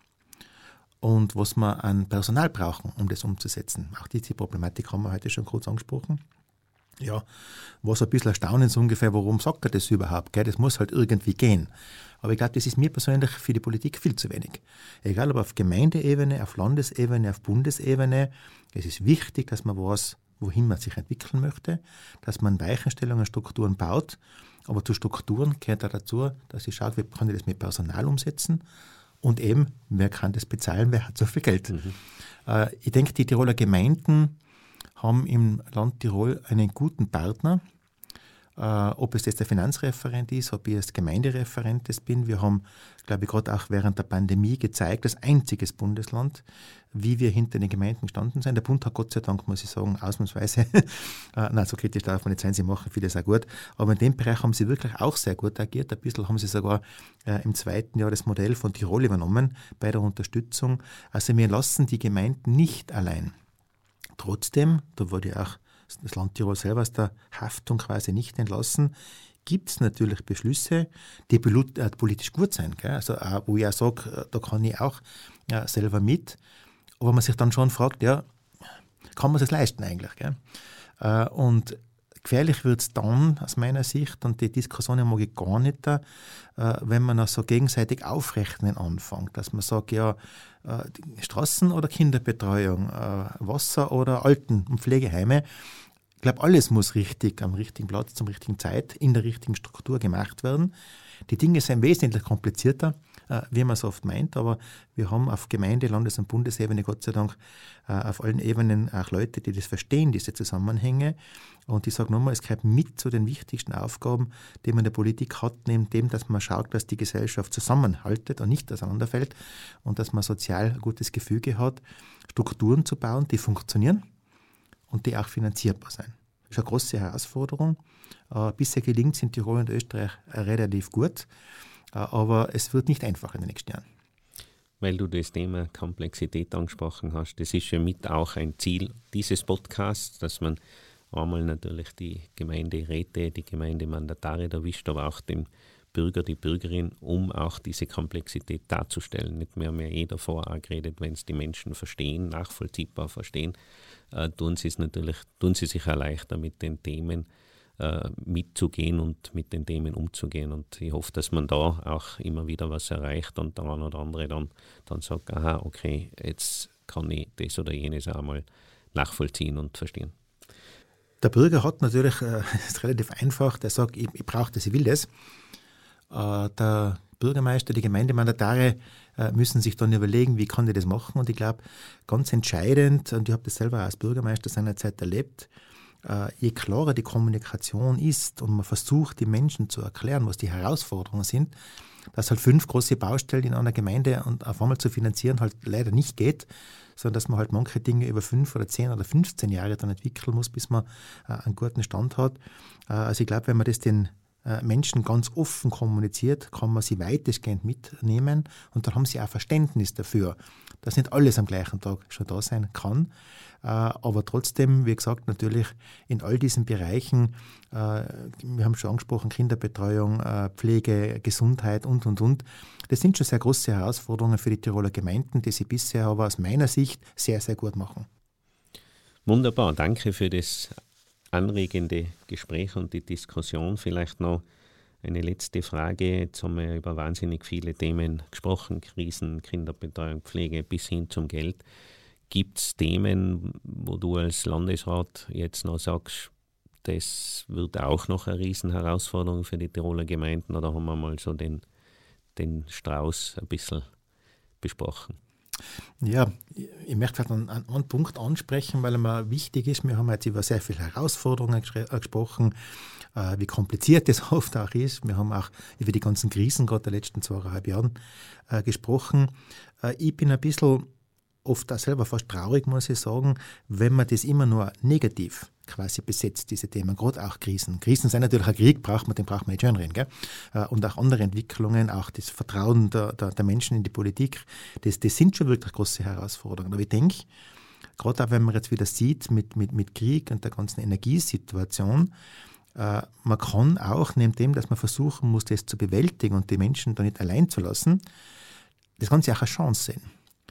und was wir an Personal brauchen, um das umzusetzen. Auch diese Problematik haben wir heute schon kurz angesprochen. Ja, was ein bisschen erstaunend ist ungefähr, warum sagt er das überhaupt? Gell? Das muss halt irgendwie gehen. Aber ich glaube, das ist mir persönlich für die Politik viel zu wenig. Egal ob auf Gemeindeebene, auf Landesebene, auf Bundesebene. Es ist wichtig, dass man weiß, wohin man sich entwickeln möchte, dass man Weichenstellungen, Strukturen baut. Aber zu Strukturen gehört auch dazu, dass ich schaue, wie kann ich das mit Personal umsetzen und eben, wer kann das bezahlen, wer hat so viel Geld. Mhm. Äh, ich denke, die Tiroler Gemeinden haben im Land Tirol einen guten Partner Uh, ob es jetzt der Finanzreferent ist, ob ich jetzt Gemeindereferent bin. Wir haben, glaube ich, gerade auch während der Pandemie gezeigt, als einziges Bundesland, wie wir hinter den Gemeinden gestanden sind. Der Bund hat Gott sei Dank, muss ich sagen, ausnahmsweise, uh, nein, so kritisch darf man nicht sein, sie machen vieles auch gut, aber in dem Bereich haben sie wirklich auch sehr gut agiert. Ein bisschen haben sie sogar uh, im zweiten Jahr das Modell von Tirol übernommen bei der Unterstützung. Also wir lassen die Gemeinden nicht allein. Trotzdem, da wurde auch das Land Tirol selber aus der Haftung quasi nicht entlassen, gibt es natürlich Beschlüsse, die politisch gut sein. Gell? Also, wo ich auch sage, da kann ich auch ja, selber mit. Aber man sich dann schon fragt, ja, kann man es leisten eigentlich? Gell? Und gefährlich wird es dann aus meiner Sicht, und die Diskussion mag ich gar nicht, da, wenn man so gegenseitig aufrechnen anfängt. Dass man sagt, ja, Straßen- oder Kinderbetreuung, Wasser- oder Alten- und Pflegeheime. Ich glaube, alles muss richtig am richtigen Platz, zur richtigen Zeit, in der richtigen Struktur gemacht werden. Die Dinge sind wesentlich komplizierter, äh, wie man es oft meint, aber wir haben auf Gemeinde-, Landes- und Bundesebene Gott sei Dank äh, auf allen Ebenen auch Leute, die das verstehen, diese Zusammenhänge. Und ich sage nochmal, es gehört mit zu den wichtigsten Aufgaben, die man in der Politik hat, neben dem, dass man schaut, dass die Gesellschaft zusammenhaltet und nicht auseinanderfällt und dass man sozial ein gutes Gefüge hat, Strukturen zu bauen, die funktionieren und die auch finanzierbar sein. Das ist eine große Herausforderung. Äh, bisher gelingt es in Tirol und Österreich relativ gut, äh, aber es wird nicht einfach in den nächsten Jahren. Weil du das Thema Komplexität angesprochen hast, das ist ja mit auch ein Ziel dieses Podcasts, dass man einmal natürlich die Gemeinderäte, die Gemeindemandatare erwischt, aber auch den Bürger, die Bürgerin, um auch diese Komplexität darzustellen. Nicht mehr mehr eh davor auch geredet, wenn es die Menschen verstehen, nachvollziehbar verstehen, äh, tun sie es natürlich, tun sie sich auch leichter mit den Themen äh, mitzugehen und mit den Themen umzugehen. Und ich hoffe, dass man da auch immer wieder was erreicht und der eine oder andere dann, dann sagt, aha, okay, jetzt kann ich das oder jenes auch mal nachvollziehen und verstehen. Der Bürger hat natürlich, äh, ist relativ einfach, der sagt, ich, ich brauche das, ich will das. Der Bürgermeister, die Gemeindemandatare müssen sich dann überlegen, wie kann ich das machen. Und ich glaube, ganz entscheidend, und ich habe das selber als Bürgermeister seinerzeit erlebt, je klarer die Kommunikation ist und man versucht, die Menschen zu erklären, was die Herausforderungen sind, dass halt fünf große Baustellen in einer Gemeinde und auf einmal zu finanzieren halt leider nicht geht, sondern dass man halt manche Dinge über fünf oder zehn oder fünfzehn Jahre dann entwickeln muss, bis man einen guten Stand hat. Also ich glaube, wenn man das den Menschen ganz offen kommuniziert, kann man sie weitestgehend mitnehmen und dann haben sie auch Verständnis dafür, dass nicht alles am gleichen Tag schon da sein kann. Aber trotzdem, wie gesagt, natürlich in all diesen Bereichen, wir haben schon angesprochen, Kinderbetreuung, Pflege, Gesundheit und, und, und. Das sind schon sehr große Herausforderungen für die Tiroler Gemeinden, die sie bisher aber aus meiner Sicht sehr, sehr gut machen. Wunderbar, danke für das anregende Gespräch und die Diskussion. Vielleicht noch eine letzte Frage. Jetzt haben wir über wahnsinnig viele Themen gesprochen, Krisen, Kinderbetreuung, Pflege bis hin zum Geld. Gibt es Themen, wo du als Landesrat jetzt noch sagst, das wird auch noch eine Riesenherausforderung für die Tiroler Gemeinden, oder haben wir mal so den, den Strauß ein bisschen besprochen? Ja, ich möchte vielleicht einen, einen Punkt ansprechen, weil er mir wichtig ist. Wir haben jetzt über sehr viele Herausforderungen gesprochen, äh, wie kompliziert das oft auch ist. Wir haben auch über die ganzen Krisen gerade der letzten zweieinhalb Jahren äh, gesprochen. Äh, ich bin ein bisschen oft auch selber fast traurig, muss ich sagen, wenn man das immer nur negativ quasi besetzt, diese Themen, gerade auch Krisen. Krisen sind natürlich ein Krieg, braucht man, den braucht man nicht schön reden, gell? Und auch andere Entwicklungen, auch das Vertrauen der, der, der Menschen in die Politik, das, das sind schon wirklich große Herausforderungen. Aber ich denke, gerade auch wenn man jetzt wieder sieht mit, mit, mit Krieg und der ganzen Energiesituation, äh, man kann auch, neben dem, dass man versuchen muss, das zu bewältigen und die Menschen da nicht allein zu lassen, das Ganze auch eine Chance sehen.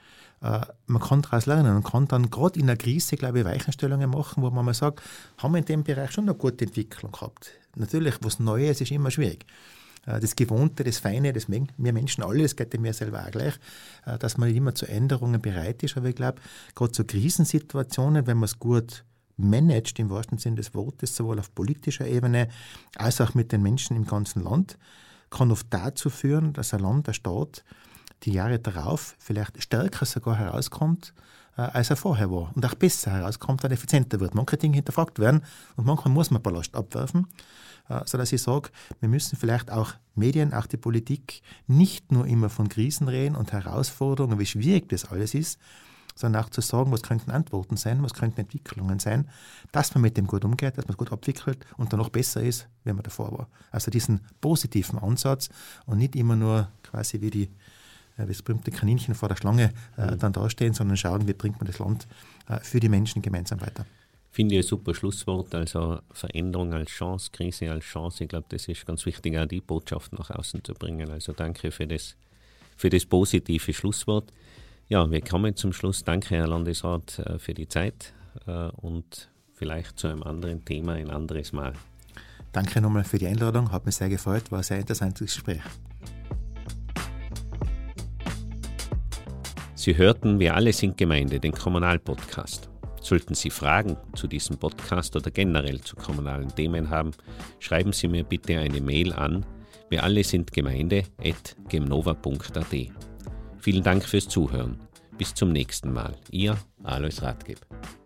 Man kann daraus lernen und kann dann gerade in der Krise, glaube ich, Weichenstellungen machen, wo man mal sagt, haben wir in dem Bereich schon eine gute Entwicklung gehabt. Natürlich, was Neues ist immer schwierig. Das Gewohnte, das Feine, das wir Menschen alle, das geht mir selber auch gleich, dass man nicht immer zu Änderungen bereit ist. Aber ich glaube, gerade zu Krisensituationen, wenn man es gut managt, im wahrsten Sinne des Wortes, sowohl auf politischer Ebene als auch mit den Menschen im ganzen Land, kann oft dazu führen, dass ein Land, der Staat die Jahre darauf vielleicht stärker sogar herauskommt, äh, als er vorher war. Und auch besser herauskommt, dann effizienter wird. Manche Dinge hinterfragt werden und manchmal muss man Ballast abwerfen. Äh, sodass ich sage, wir müssen vielleicht auch Medien, auch die Politik, nicht nur immer von Krisen reden und Herausforderungen, wie schwierig das alles ist, sondern auch zu sagen, was könnten Antworten sein, was könnten Entwicklungen sein, dass man mit dem gut umgeht, dass man es gut abwickelt und dann noch besser ist, wie man davor war. Also diesen positiven Ansatz und nicht immer nur quasi wie die wie das berühmte Kaninchen vor der Schlange äh, dann dastehen, sondern schauen, wie bringt man das Land äh, für die Menschen gemeinsam weiter. Finde ich ein super Schlusswort, also Veränderung als Chance, Krise als Chance. Ich glaube, das ist ganz wichtig, auch die Botschaft nach außen zu bringen. Also danke für das, für das positive Schlusswort. Ja, wir kommen zum Schluss. Danke, Herr Landesrat, für die Zeit und vielleicht zu einem anderen Thema ein anderes Mal. Danke nochmal für die Einladung, hat mich sehr gefreut, war ein sehr interessantes Gespräch. Sie hörten Wir alle sind Gemeinde, den Kommunalpodcast. Sollten Sie Fragen zu diesem Podcast oder generell zu kommunalen Themen haben, schreiben Sie mir bitte eine Mail an wir alle sind Gemeinde at gemnova punkt a t. Vielen Dank fürs Zuhören. Bis zum nächsten Mal. Ihr Alois Ratgeb.